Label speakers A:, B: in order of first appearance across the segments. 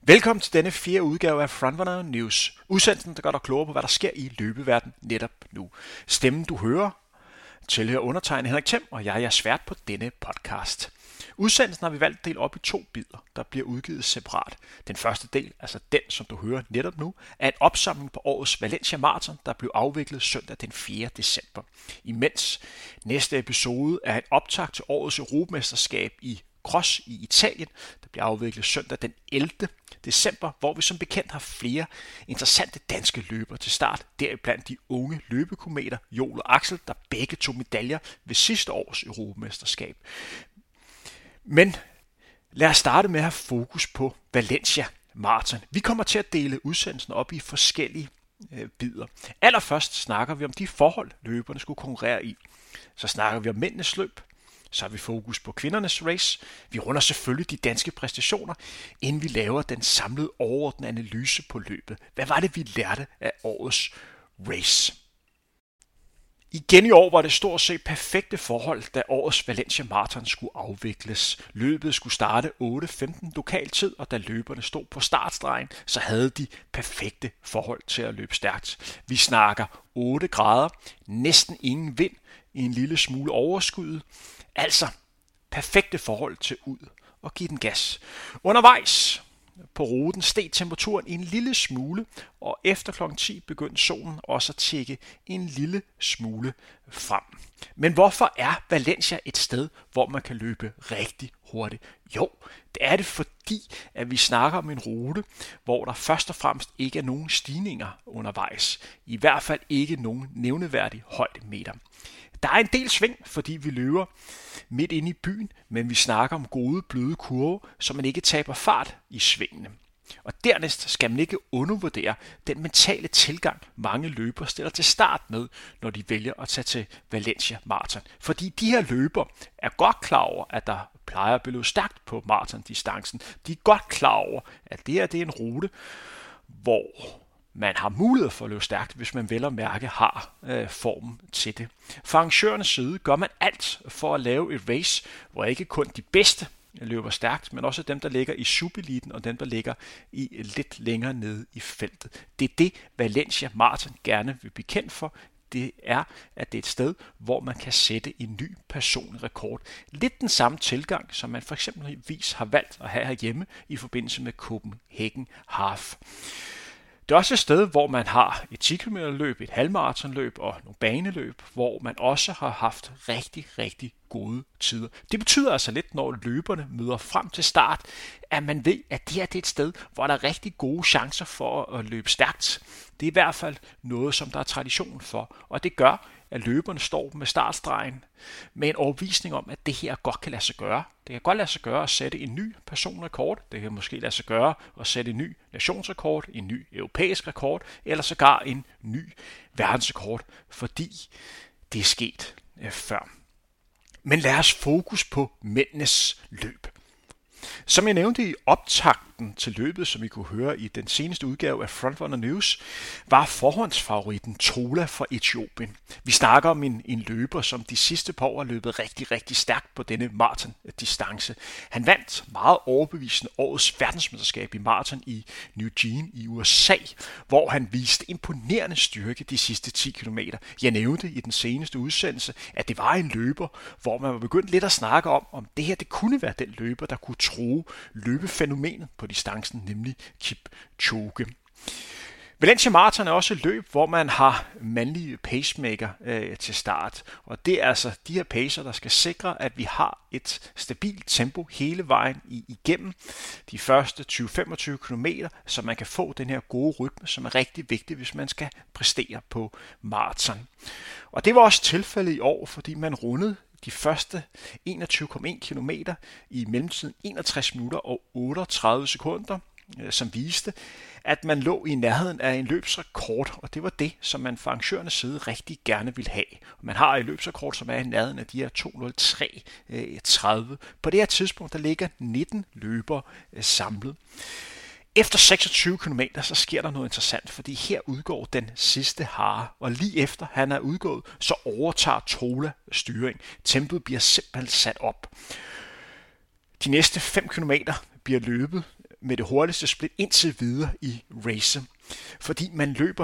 A: Velkommen til denne 4. udgave af Frontrunner News. Udsendelsen, der gør dig klogere på, hvad der sker i løbeverdenen netop nu. Stemmen, du hører, tilhører undertegnet Henrik Thiem, og jeg er jeres vært på denne podcast. Udsendelsen har vi valgt at dele op i 2 bidder, der bliver udgivet separat. Den første del, altså den, som du hører netop nu, er en opsamling på årets Valencia Marathon, der blev afviklet søndag den 4. december. Imens næste episode er en optakt til årets Europamesterskab i Cross i Italien, der bliver afviklet søndag den 11. december, hvor vi som bekendt har flere interessante danske løbere til start. Deriblandt de unge løbekometer Joel og Axel, der begge tog medaljer ved sidste års Europamesterskab. Men lad os starte med at have fokus på Valencia Marathon. Vi kommer til at dele udsendelsen op i forskellige bidder. Allerførst snakker vi om de forhold, løberne skulle konkurrere i. Så snakker vi om mændenes løb. Så har vi fokus på kvindernes race. Vi runder selvfølgelig de danske præstationer, inden vi laver den samlede overordnede analyse på løbet. Hvad var det, vi lærte af årets race? Igen i år var det stort set perfekte forhold, da årets Valencia Marathon skulle afvikles. Løbet skulle starte 8:15 lokal tid, og da løberne stod på startstregen, så havde de perfekte forhold til at løbe stærkt. Vi snakker 8 grader, næsten ingen vind, en lille smule overskyet. Altså perfekte forhold til ud og give den gas. Undervejs på ruten steg temperaturen en lille smule, og efter kl. 10 begyndte solen også at tikke en lille smule frem. Men hvorfor er Valencia et sted, hvor man kan løbe rigtig hurtigt? Jo, det er det fordi, at vi snakker om en rute, hvor der først og fremmest ikke er nogen stigninger undervejs. I hvert fald ikke nogen nævneværdig højdemeter. Der er en del sving, fordi vi løber midt inde i byen, men vi snakker om gode, bløde kurve, så man ikke taber fart i svingene. Og dernæst skal man ikke undervurdere den mentale tilgang, mange løbere stiller til start med, når de vælger at tage til Valencia Marathon. Fordi de her løbere er godt klar over, at der plejer at blive stærkt på maratondistancen. De er godt klar over, at det er en rute, hvor man har mulighed for at løbe stærkt, hvis man vel og mærke har formen til det. Fra arrangørernes side gør man alt for at lave et race, hvor ikke kun de bedste løber stærkt, men også dem, der ligger i subeliten og dem, der ligger i lidt længere nede i feltet. Det er det, Valencia Marathon gerne vil blive kendt for. Det er, at det er et sted, hvor man kan sætte en ny personlig rekord. Lidt den samme tilgang, som man for eksempelvis har valgt at have herhjemme i forbindelse med Copenhagen Half. Det er også et sted, hvor man har et 10 km løb, et halvmaratonløb og nogle baneløb, hvor man også har haft rigtig, rigtig gode tider. Det betyder altså lidt, når løberne møder frem til start, at man ved, at det her er et sted, hvor der er rigtig gode chancer for at løbe stærkt. Det er i hvert fald noget, som der er tradition for, og det gør, at løberne står med startstregen med en overbevisning om, at det her godt kan lade sig gøre. Det kan godt lade sig gøre at sætte en ny personrekord. Det kan måske lade sig gøre at sætte en ny nationsrekord, en ny europæisk rekord, eller sågar en ny verdensrekord, fordi det er sket før. Men lad os fokus på mændenes løb. Som jeg nævnte i optakten til løbet, som I kunne høre i den seneste udgave af Frontrunner News, var forhåndsfavoritten Tola fra Etiopien. Vi snakker om en løber, som de sidste par år har løbet rigtig, rigtig stærkt på denne maratondistance. Han vandt meget overbevisende årets verdensmesterskab i maraton i Eugene i USA, hvor han viste imponerende styrke de sidste 10 km. Jeg nævnte i den seneste udsendelse, at det var en løber, hvor man var begyndt lidt at snakke om det her det kunne være den løber, der kunne true løbefænomenet på distancen, nemlig Kipchoge. Valencia Marathon er også et løb, hvor man har mandlige pacemaker til start. Og det er altså de her pacer, der skal sikre, at vi har et stabilt tempo hele vejen igennem de første 20-25 km, så man kan få den her gode rytme, som er rigtig vigtig, hvis man skal præstere på maraton. Og det var også tilfældet i år, fordi man rundede de første 21,1 km i mellemtiden 61 minutter og 38 sekunder, som viste, at man lå i nærheden af en løbsrekord, og det var det, som man fra arrangørernes side rigtig gerne ville have. Man har en løbsrekord, som er i nærheden af de her 2:03:30. På det her tidspunkt, der ligger 19 løbere samlet. Efter 26 km, så sker der noget interessant, fordi her udgår den sidste hare, og lige efter han er udgået, så overtager Tola styring. Tempoet bliver simpelthen sat op. De næste 5 km bliver løbet med det hurtigste split indtil videre i racet. Fordi man løber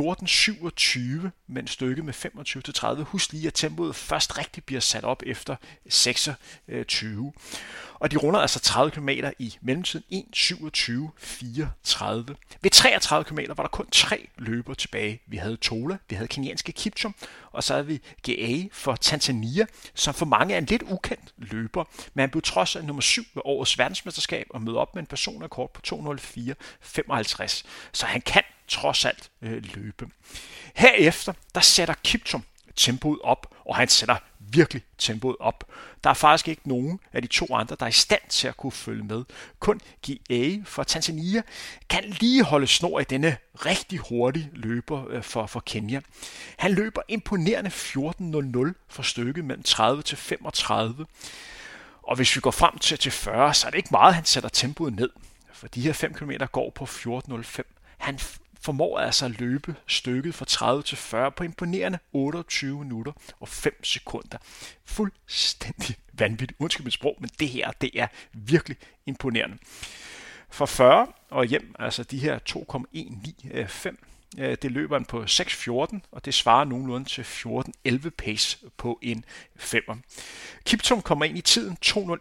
A: 14.27 med et stykke med 25-30. Husk lige, at tempoet først rigtig bliver sat op efter 26. Og de runder altså 30 km i mellemtiden 1.27.34. Ved 33 km var der kun 3 løbere tilbage. Vi havde Tola, vi havde kenyanske Kipchum, og så havde vi GA for Tanzania, som for mange er en lidt ukendt løber, men han blev trods af nummer 7 ved årets verdensmesterskab og mødte op med en personrekord på 2.04.55. Så han kan trods alt løbe. Herefter, der sætter Kipchum tempoet op, og han sætter virkelig tempoet op. Der er faktisk ikke nogen af de 2 andre, der er i stand til at kunne følge med. Kun GA for Tanzania kan lige holde snor i denne rigtig hurtige løber for Kenya. Han løber imponerende 14.00 for stykket mellem 30 til 35. Og hvis vi går frem til 40, så er det ikke meget, han sætter tempoet ned. For de her 5 km går på 14.05. Han formår altså at løbe stykket fra 30 til 40 på imponerende 28 minutter og 5 sekunder. Fuldstændig vanvittigt. Undskyld mit sprog, men det her, det er virkelig imponerende. Fra 40 og hjem, altså de her 2,195, det løber han på 6.14, og det svarer nogenlunde til 14.11 pace på en 5'er. Kipchum kommer ind i tiden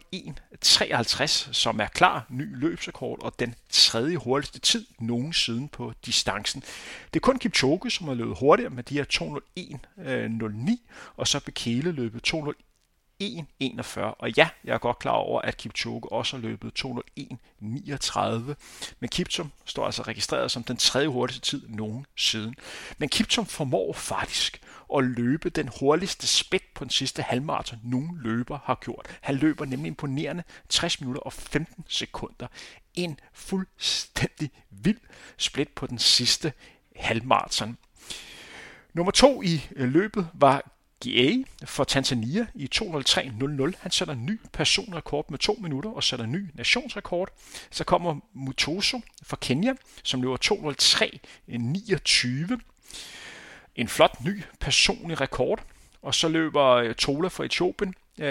A: 2.01.53, som er klar ny løbsrekord og den tredje hurtigste tid nogensinde på distancen. Det er kun Kipchoge, som har løbet hurtigere med de her 2.01.09, og så Bekele løbet 2.01.41. Og ja, jeg er godt klar over, at Kipchoge også har løbet 2.01.39, men Kipchum står altså registreret som den tredje hurtigste tid nogensinde. Men Kipchum formår faktisk at løbe den hurtigste split på den sidste halvmaraton, nogen løber har gjort. Han løber nemlig imponerende 60 minutter og 15 sekunder. En fuldstændig vild split på den sidste halvmaraton. Nummer 2 i løbet var GA for Tanzania i 2.03.00. Han sætter en ny personrekord med 2 minutter og sætter en ny nationsrekord. Så kommer Mutoso for Kenya, som løber 2.03.29. En flot ny personlig rekord. Og så løber Tola for Etiopien 2.03.40,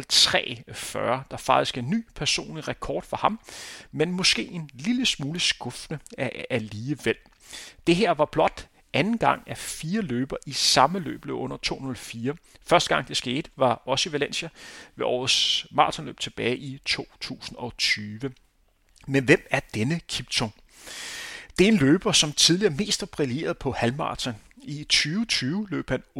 A: der faktisk er en ny personlig rekord for ham, men måske en lille smule skuffende alligevel. Det her var blot anden gang, at 4 løber i samme løb løb under 2.04. Første gang det skete var også i Valencia ved årets maratonløb tilbage i 2020. Men hvem er denne Kipchum? Det er en løber, som tidligere mest har brilleret på halvmaraton. I 2020 løb han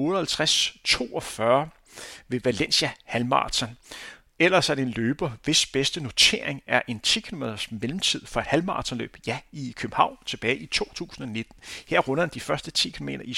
A: 58.42 ved Valencia halvmaraton. Ellers er det en løber, hvis bedste notering er en 10 km mellemtid for et halvmaratonløb, ja, i København tilbage i 2019. Her runder han de første 10 km i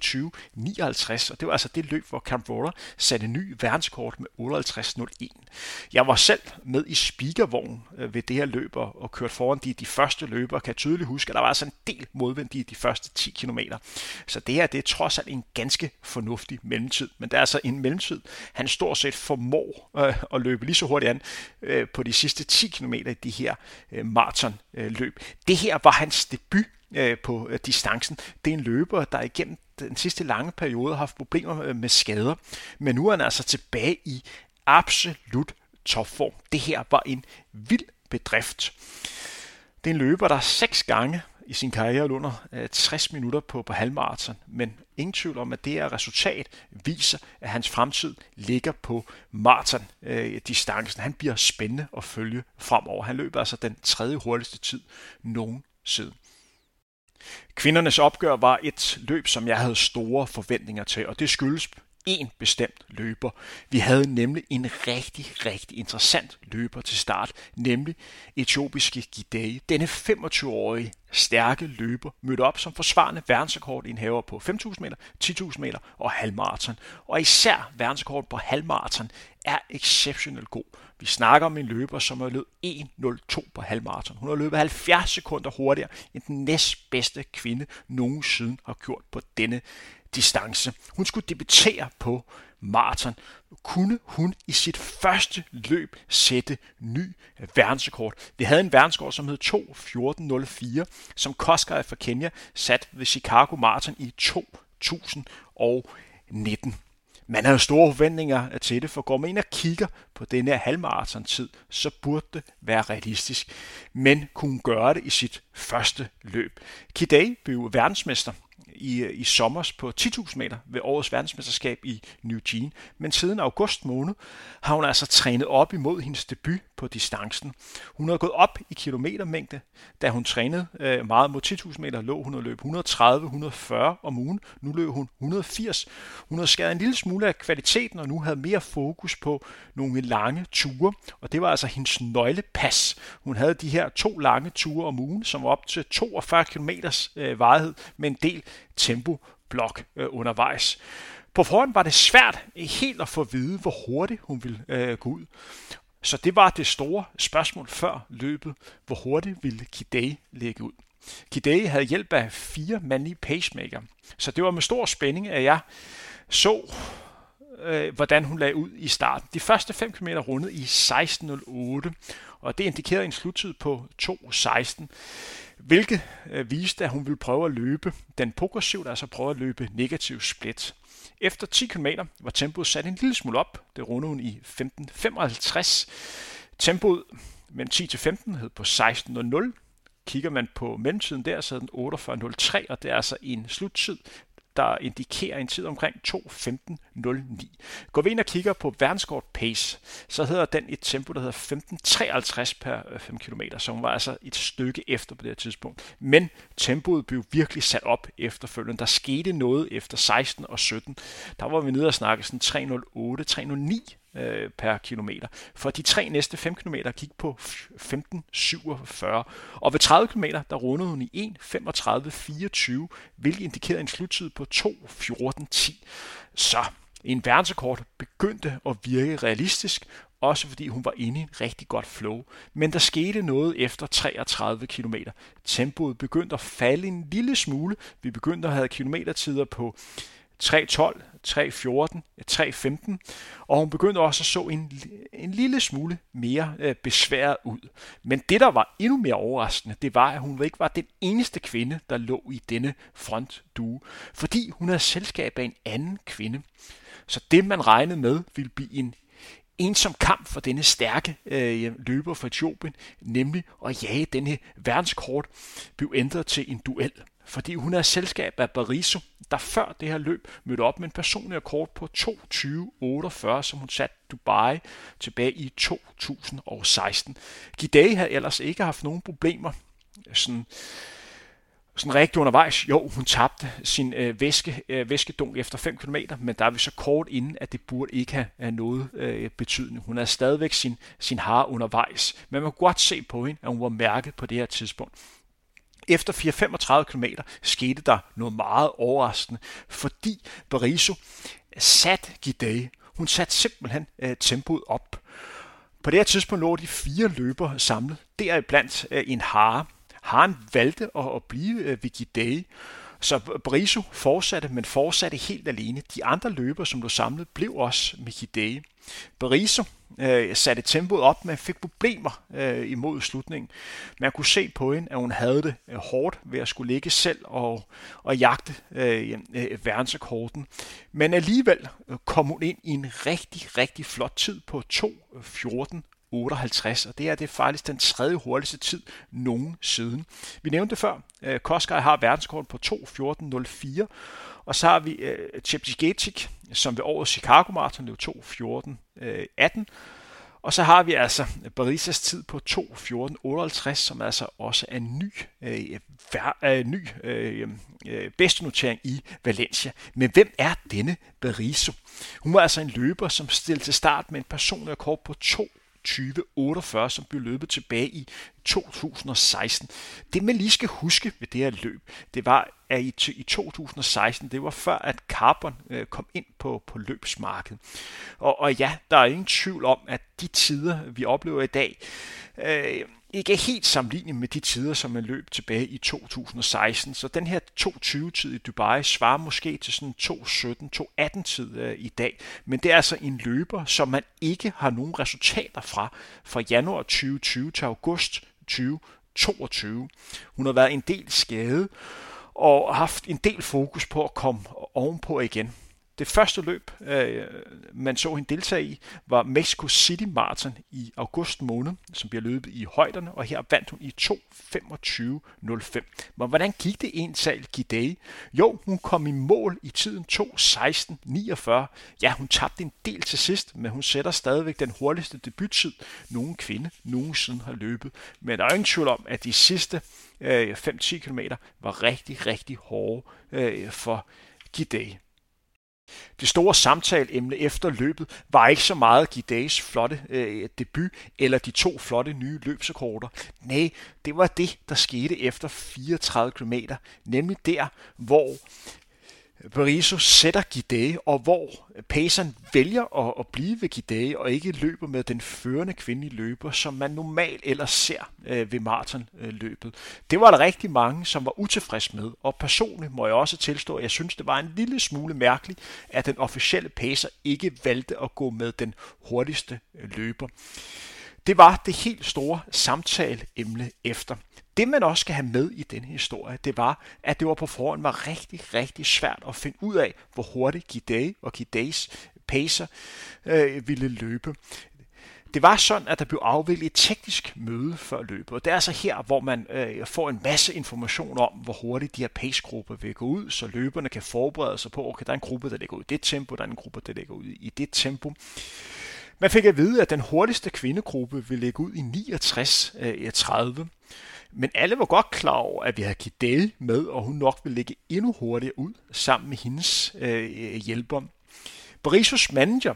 A: 27.59, og det var altså det løb, hvor Cam Roller satte ny verdenskort med 58.01. Jeg var selv med i speakervognen ved det her løb og kørte foran de første løbere. Kan jeg tydeligt huske, at der var altså en del modvendige de første 10 km. Så det her, det er trods alt en ganske fornuftig mellemtid, men det er altså en mellemtid, han stort set formår at løbe lige så hurtigt an på de sidste 10 km i de her maratonløb. Det her var hans debut på distancen. Det er en løber, der igennem den sidste lange periode har haft problemer med skader, men nu er han altså tilbage i absolut topform. Det her var en vild bedrift. Det er en løber, der 6 gange i sin karriere under 60 minutter på halvmaraton, men ingen tvivl om, at det her resultat viser, at hans fremtid ligger på maratondistancen. Han bliver spændende at følge fremover. Han løber altså den tredje hurtigste tid nogensinde. Kvindernes opgør var et løb, som jeg havde store forventninger til, og det skyldes en bestemt løber. Vi havde nemlig en rigtig, rigtig interessant løber til start, nemlig etiopiske Gidey. Denne 25-årige stærke løber mødte op som forsvarende verdensrekordindhaver på 5.000 meter, 10.000 meter og halvmaraton. Og især verdensrekord på halvmaraton er exceptionelt god. Vi snakker om en løber, som har løbet 1.02 på halvmaraton. Hun har løbet 70 sekunder hurtigere end den næstbedste kvinde nogensinde har gjort på denne distance. Hun skulle debutere på maraton. Kunne hun i sit første løb sætte ny verdensrekord? Vi havde en verdensrekord, som hed 2.14.04, som Koskei fra Kenya sat ved Chicago Marathon i 2019. Man har jo store forventninger til det, for går man ind og kigger på den her halvmarathon-tid, så burde det være realistisk. Men kunne gøre det i sit første løb. Kidai blev verdensmester i sommer på 10.000 meter ved årets verdensmesterskab i Eugene. Men siden august måned har hun altså trænet op imod hendes debut på distancen. Hun har gået op i kilometermængde, da hun trænede meget mod 10.000 meter, lå hun og løb 130-140 om ugen. Nu løb hun 180. Hun har skåret en lille smule af kvaliteten, og nu havde mere fokus på nogle lange ture, og det var altså hendes nøglepas. Hun havde de her 2 lange ture om ugen, som var op til 42 km varighed med en del tempoblok undervejs. På forhånd var det svært helt at få at vide, hvor hurtigt hun ville gå ud. Så det var det store spørgsmål før løbet. Hvor hurtigt ville Kidai lægge ud? Kidai havde hjælp af 4 mandlige pacemaker. Så det var med stor spænding, at jeg så, hvordan hun lagde ud i starten. De første 5 km rundede i 16.08, og det indikerede en sluttid på 2.16. Hvilket viste, at hun ville prøve at løbe den progressivt, altså prøve at løbe negativ split. Efter 10 km var tempoet sat en lille smule op. Det rundede hun i 15.55. Tempoet mellem 10 til 15 hed på 16.00. Kigger man på mellemtiden der, så er den 48.03, og det er altså en sluttid, der indikerer en tid omkring 2.15.09. Går vi ind og kigger på verdenskort pace, så hedder den et tempo, der hedder 15.53 per 5 km, så hun var altså et stykke efter på det her tidspunkt. Men tempoet blev virkelig sat op efterfølgende. Der skete noget efter 16 og 17. Der var vi nede og snakke sådan 3.08, 3.09 per kilometer. For de 3 næste 5 km gik på 15.47. Og ved 30 km, der rundede hun i 1.35.24, hvilket indikerede en sluttid på 2.14.10. Så en verdensrekord begyndte at virke realistisk, også fordi hun var inde i en rigtig godt flow. Men der skete noget efter 33 km. Tempoet begyndte at falde en lille smule. Vi begyndte at have kilometertider på 3.12, 3.14, 3.15, og hun begyndte også at så en lille smule mere besværet ud. Men det, der var endnu mere overraskende, det var, at hun ikke var den eneste kvinde, der lå i denne frontdue, fordi hun havde selskab af en anden kvinde. Så det, man regnede med, ville blive en ensom kamp for denne stærke løber fra Etiopien, nemlig at jage denne verdenskort, blev ændret til en duel. Fordi hun er selskab af Bariso, der før det her løb mødte op med en personlig rekord på 2.20.48, som hun satte Dubai tilbage i 2016. Kidai havde ellers ikke haft nogen problemer sådan rigtig undervejs. Jo, hun tabte sin væskedunk efter 5 km, men der er vi så kort inden, at det burde ikke have noget betydning. Hun havde stadigvæk sin hare undervejs, men man kunne godt se på hende, at hun var mærket på det her tidspunkt. Efter 4-35 km skete der noget meget overraskende, fordi Bariso satte Kidai. Hun satte simpelthen tempoet op. På det her tidspunkt lå de 4 løbere samlet, deriblandt en hare. Haren valgte at blive ved Kidai, så Bariso fortsatte helt alene. De andre løbere, som lå samlet, blev også med Kidai. Bariso satte tempoet op, men fik problemer imod slutningen. Man kunne se på hende, at hun havde det hårdt ved at skulle ligge selv og jagte verdensrekorden. Men alligevel kom hun ind i en rigtig, rigtig flot tid på 2.14.58, og det er faktisk den 3. hurtigste tid nogensinde. Vi nævnte det før. Koskei har verdensrekorden på 2.14.04, og så har vi Cheptegei, som ved årets Chicago Marathon løb 2.14.18. Og så har vi altså Barisas tid på 2.14.58, som altså også er en ny bedste notering i Valencia. Men hvem er denne Bariso? Hun var altså en løber, som stillede til start med en personlig rekord på 2.20.48, som blev løbet tilbage i 2016. Det man lige skal huske ved det her løb, det var, at i 2016, det var før, at Carbon kom ind på løbsmarkedet. Og ja, der er ingen tvivl om, at de tider, vi oplever i dag, ikke er helt sammenlignet med de tider, som man løb tilbage i 2016. Så den her 2.20-tid i Dubai svarer måske til sådan 2.17-2.18-tid i dag. Men det er altså en løber, som man ikke har nogen resultater fra januar 2020 til august 2022. Hun har været en del skadet og haft en del fokus på at komme ovenpå igen. Det første løb, man så hende deltage i, var Mexico City Marathon i august måned, som bliver løbet i højderne, og her vandt hun i 2:25:05. Men hvordan gik det egentlig Gidey? Jo, hun kom i mål i tiden 2:16:49. Ja, hun tabte en del til sidst, men hun sætter stadigvæk den hurtigste debuttid, nogen kvinde nogensinde har løbet. Men der er ingen tvivl om, at de sidste 5-10 km var rigtig, rigtig hårde for Gidey. Det store samtaleemne efter løbet var ikke så meget Gideys flotte debut eller de 2 flotte nye løbsrekorder. Nej, det var det, der skete efter 34 km, nemlig der, hvor Berizzo sætter Gidey, og hvor paceren vælger at blive ved Gidey og ikke løber med den førende kvindelige løber, som man normalt ellers ser ved maratonløbet. Det var der rigtig mange, som var utilfreds med, og personligt må jeg også tilstå, at jeg synes, det var en lille smule mærkeligt, at den officielle pacer ikke valgte at gå med den hurtigste løber. Det var det helt store samtaleemne efter. Det man også skal have med i denne historie, det var, at det var på forhånd var rigtig, rigtig svært at finde ud af, hvor hurtigt Gidey og Gideys pacer ville løbe. Det var sådan, at der blev afviklet et teknisk møde før løbet, og det er altså her, hvor man får en masse information om, hvor hurtigt de her pacegrupper vil gå ud, så løberne kan forberede sig på, okay, der er en gruppe, der ligger ud i det tempo, der er en gruppe, der ligger ud i det tempo. Man fik at vide, at den hurtigste kvindegruppe ville ligge ud i 69:30. Men alle var godt klar over, at vi havde Gidey med, og hun nok ville ligge endnu hurtigere ud sammen med hendes hjælper. Berizzos manager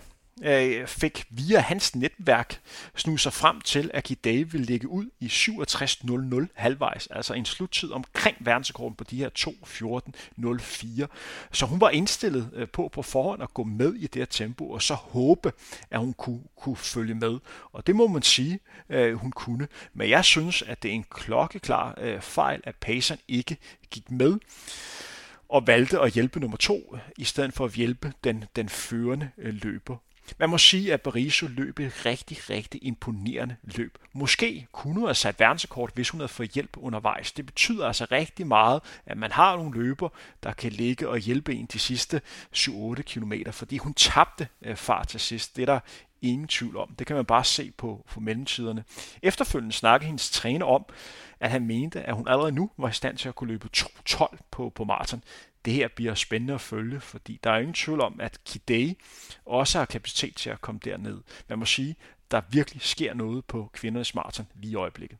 A: fik via hans netværk snudt sig frem til, at Gidey ville ligge ud i 67:00 halvvejs, altså en sluttid omkring verdensrekorden på de her 2:14:04. Så hun var indstillet på forhånd at gå med i det her tempo, og så håbe, at hun kunne følge med. Og det må man sige, hun kunne. Men jeg synes, at det er en klokkeklar fejl, at paceren ikke gik med og valgte at hjælpe nummer 2, i stedet for at hjælpe den førende løber. Man må sige, at Berizzo løb et rigtig, rigtig imponerende løb. Måske kunne hun have sat verdensrekord, hvis hun havde fået hjælp undervejs. Det betyder altså rigtig meget, at man har nogle løber, der kan ligge og hjælpe en de sidste 7-8 kilometer, fordi hun tabte fart til sidst. Det er der ingen tvivl om. Det kan man bare se på mellemtiderne. Efterfølgende snakkede hendes træner om, at han mente, at hun allerede nu var i stand til at kunne løbe 2:12 på maraton. Det her bliver spændende at følge, fordi der er ingen tvivl om, at Gidey også har kapacitet til at komme derned. Man må sige, der virkelig sker noget på kvindernes maraton lige i øjeblikket.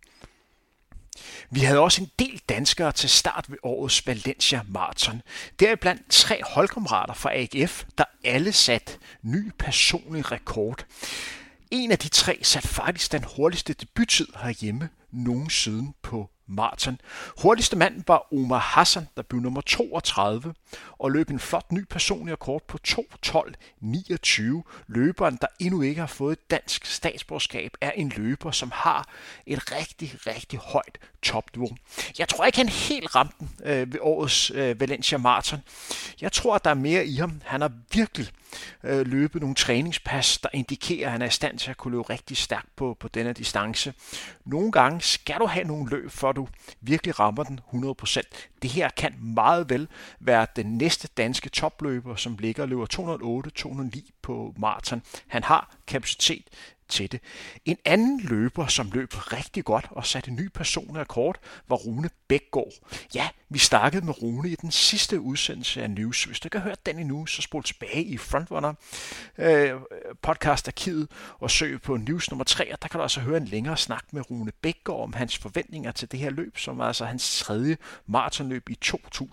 A: Vi havde også en del danskere til start ved årets Valencia Marathon. Deriblandt 3 holdkammerater fra AGF, der alle satte ny personlig rekord. En af de 3 satte faktisk den hurtigste debuttid herhjemme nogensinde på maraton. Hurtigste mand var Omar Hassan, der blev nummer 32 og løb en flot ny personlig rekord på 2:12:29. Løberen, der endnu ikke har fået et dansk statsborgerskab, er en løber, som har et rigtig, rigtig højt topniveau. Jeg tror ikke, han helt ramte den ved årets Valencia Marathon. Jeg tror, at der er mere i ham. Han har virkelig løbet nogle træningspas, der indikerer, at han er i stand til at kunne løbe rigtig stærkt på denne distance. Nogle gange skal du have nogle løb, før du virkelig rammer den 100%. Det her kan meget vel være den næste danske topløber, som ligger og løber 208-209 på maraton. Han har kapacitet til det. En anden løber, som løb rigtig godt og satte en ny personlig rekord, var Rune Bækgaard. Ja, vi snakkede med Rune i den sidste udsendelse af News. Hvis du ikke har hørt den endnu, så spol tilbage i Frontrunner podcast-arkivet og søg på News nummer 3, og der kan du altså høre en længere snak med Rune Bækgaard om hans forventninger til det her løb, som var altså hans 3. maratonløb i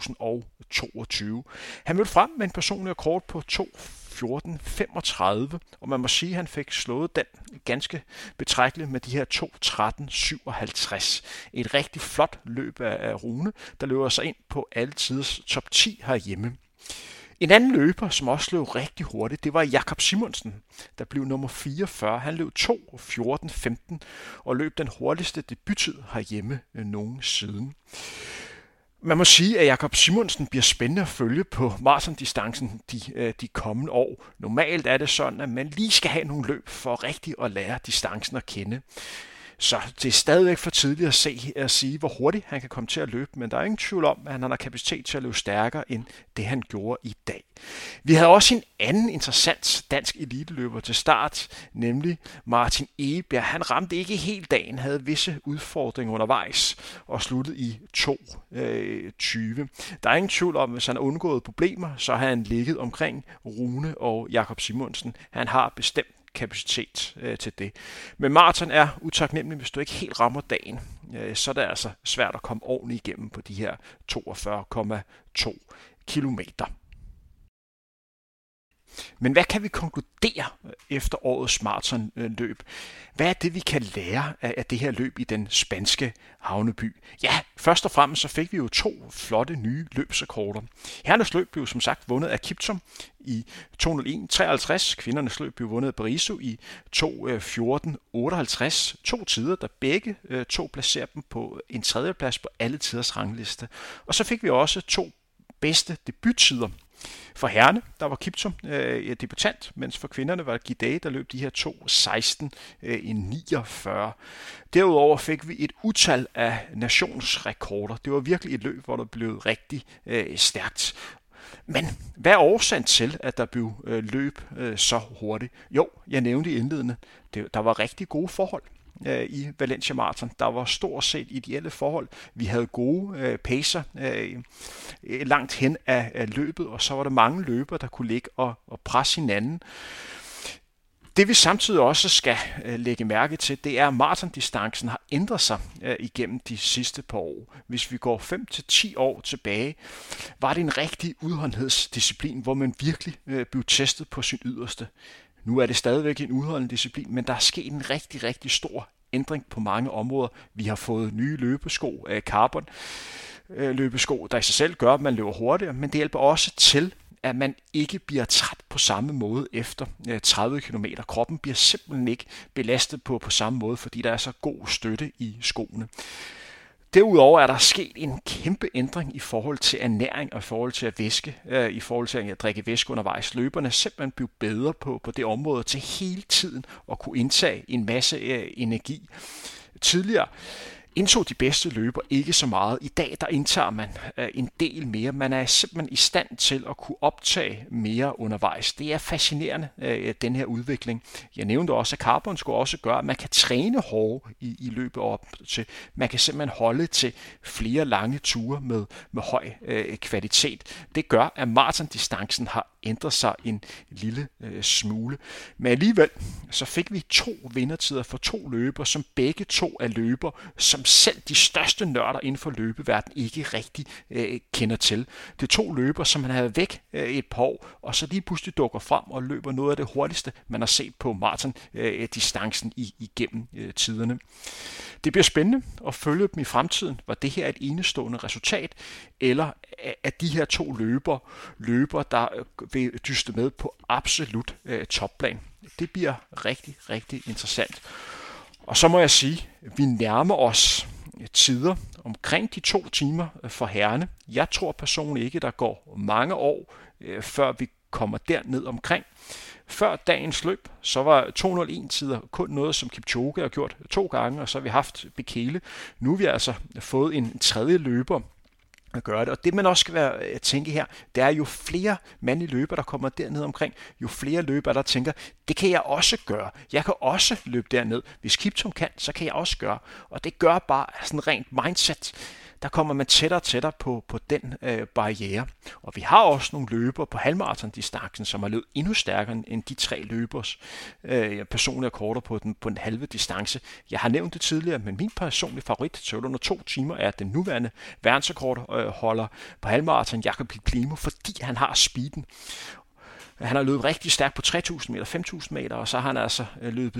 A: 2022. Han mødte frem med en personlig rekord på 2:14:35, og man må sige, at han fik slået den ganske betragteligt med de her 2:13:57. Et rigtig flot løb af Rune, der løber sig ind på alle tiders top 10 herhjemme. En anden løber, som også løb rigtig hurtigt, det var Jakob Simonsen, der blev nummer 44. Han løb 2:14:15 og løb den hurtigste debuttid herhjemme nogensinde. Man må sige, at Jakob Simonsen bliver spændende at følge på maratondistancen de kommende år. Normalt er det sådan, at man lige skal have nogle løb for rigtigt at lære distancen at kende. Så det er stadigvæk for tidligt at sige, hvor hurtigt han kan komme til at løbe, men der er ingen tvivl om, at han har kapacitet til at løbe stærkere end det, han gjorde i dag. Vi havde også en anden interessant dansk eliteløber til start, nemlig Martin Egebjerg. Han ramte ikke helt dagen, havde visse udfordringer undervejs og sluttede i 2:20. Der er ingen tvivl om, at hvis han har undgået problemer, så har han ligget omkring Rune og Jakob Simonsen. Han har bestemt kapacitet til det. Men maraton er utaknemmelig, hvis du ikke helt rammer dagen. Så er det altså svært at komme ordentligt igennem på de her 42,2 kilometer. Men hvad kan vi konkludere efter årets maratonløb? Hvad er det, vi kan lære af det her løb i den spanske havneby? Ja, først og fremmest så fik vi jo 2 flotte nye løbsrekorder. Herrenes løb blev som sagt vundet af Kiptum i 2:01:53. Kvindernes løb blev vundet af Berizzo i 2:14:58. 2 tider, der begge 2 placerer dem på en tredjeplads på alle tiders rangliste. Og så fik vi også 2 bedste debuttider. For herrene, der var Kiptum debutant, mens for kvinderne var det Gidey, der løb de her 2:16:49. Derudover fik vi et utal af nationsrekorder. Det var virkelig et løb, hvor der blev rigtig stærkt. Men hvad er årsagen til, at der blev løb så hurtigt? Jo, jeg nævnte i indledende, der var rigtig gode forhold i Valencia Marathon. Der var stort set ideelle forhold. Vi havde gode pacer langt hen af løbet, og så var der mange løbere, der kunne ligge og presse hinanden. Det vi samtidig også skal lægge mærke til, det er, at maratondistancen har ændret sig igennem de sidste par år. Hvis vi går 5-10 år tilbage, var det en rigtig udholdenhedsdisciplin, hvor man virkelig blev testet på sin yderste. Nu er det stadigvæk en udholdende disciplin, men der er sket en rigtig, rigtig stor ændring på mange områder. Vi har fået nye løbesko, carbon løbesko, der i sig selv gør, at man løber hurtigere, men det hjælper også til, at man ikke bliver træt på samme måde efter 30 km. Kroppen bliver simpelthen ikke belastet på samme måde, fordi der er så god støtte i skoene. Derudover er der sket en kæmpe ændring i forhold til ernæring og i forhold til at væske, i forhold til at drikke væske undervejs. Løberne er simpelthen blevet bedre på det område til hele tiden at kunne indtage en masse energi. Tidligere indtog de bedste løber ikke så meget. I dag der indtager man en del mere. Man er simpelthen i stand til at kunne optage mere undervejs. Det er fascinerende, den her udvikling. Jeg nævnte også, at carbon skulle også gøre, at man kan træne hårdt i løbet op til. Man kan simpelthen holde til flere lange ture med høj kvalitet. Det gør, at maratondistancen har ændret sig en lille smule. Men alligevel så fik vi 2 vindertider for 2 løbere, som begge 2 er løbere, som selv de største nørder inden for løbeverdenen ikke rigtig kender til. Det er 2 løbere, som man havde væk et par år, og så lige pludselig dukker frem og løber noget af det hurtigste, man har set på maratondistancen igennem tiderne. Det bliver spændende at følge dem i fremtiden. Var det her et enestående resultat, eller er de her 2 løbere, der vil dyste med på absolut topplan? Det bliver rigtig, rigtig interessant. Og så må jeg sige, at vi nærmer os tider omkring de 2 timer for herrene. Jeg tror personligt ikke, der går mange år, før vi kommer derned omkring. Før dagens løb, så var 2:01-tider kun noget, som Kipchoge har gjort 2 gange, og så har vi haft Bekele. Nu har vi altså fået en tredje løber at gøre det. Og det man også skal tænke her, det er jo flere mandlige løber, der kommer derned omkring, jo flere løbere, der tænker, det kan jeg også gøre. Jeg kan også løbe derned. Hvis Kiptum kan, så kan jeg også gøre. Og det gør bare sådan rent mindset. Der kommer man tættere og tættere på den barriere. Og vi har også nogle løbere på halvmaratondistancen, som har løbet endnu stærkere end de 3 løbers personlige rekorder på den halve distance. Jeg har nævnt det tidligere, men min personlige favorit til under 2 timer er den nuværende verdensrekordholder på halvmaraton, Jakob Plimo, fordi han har speeden. Han har løbet rigtig stærkt på 3.000 meter, 5.000 meter, og så har han altså løbet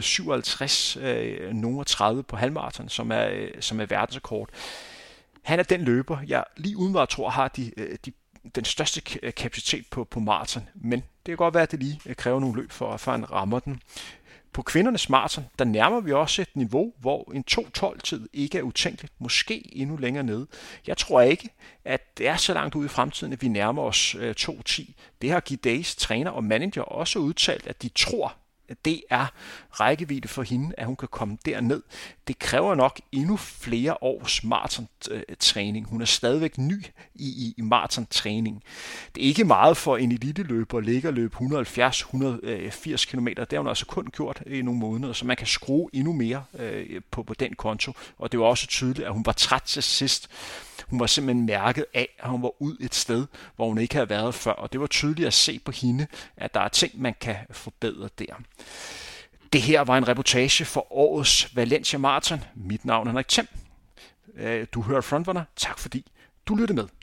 A: 57:30 på halvmaraton, som er verdensrekord. Han er den løber, jeg lige udenbart tror har den største kapacitet på maraton, men det kan godt være, at det lige kræver nogle løb for han rammer den. På kvindernes maraton, der nærmer vi også et niveau, hvor en 2:12-tid ikke er utænkeligt, måske endnu længere nede. Jeg tror ikke, at det er så langt ude i fremtiden, at vi nærmer os 2:10. Det har Gideys træner og manager også udtalt, at de tror, det er rækkevidde for hende, at hun kan komme derned. Det kræver nok endnu flere års maratontræning. Hun er stadigvæk ny i maratontræning. Det er ikke meget for en eliteløber at ligge og løbe 170-180 km. Det har hun altså kun gjort i nogle måneder, så man kan skrue endnu mere på den konto. Og det var også tydeligt, at hun var træt til sidst. Hun var simpelthen mærket af, at hun var ud et sted, hvor hun ikke havde været før. Og det var tydeligt at se på hende, at der er ting, man kan forbedre der. Det her var en reportage for årets Valencia Marathon. Mit navn er Henrik Thiem. Du hører Frontrunner. Tak fordi du lyttede med.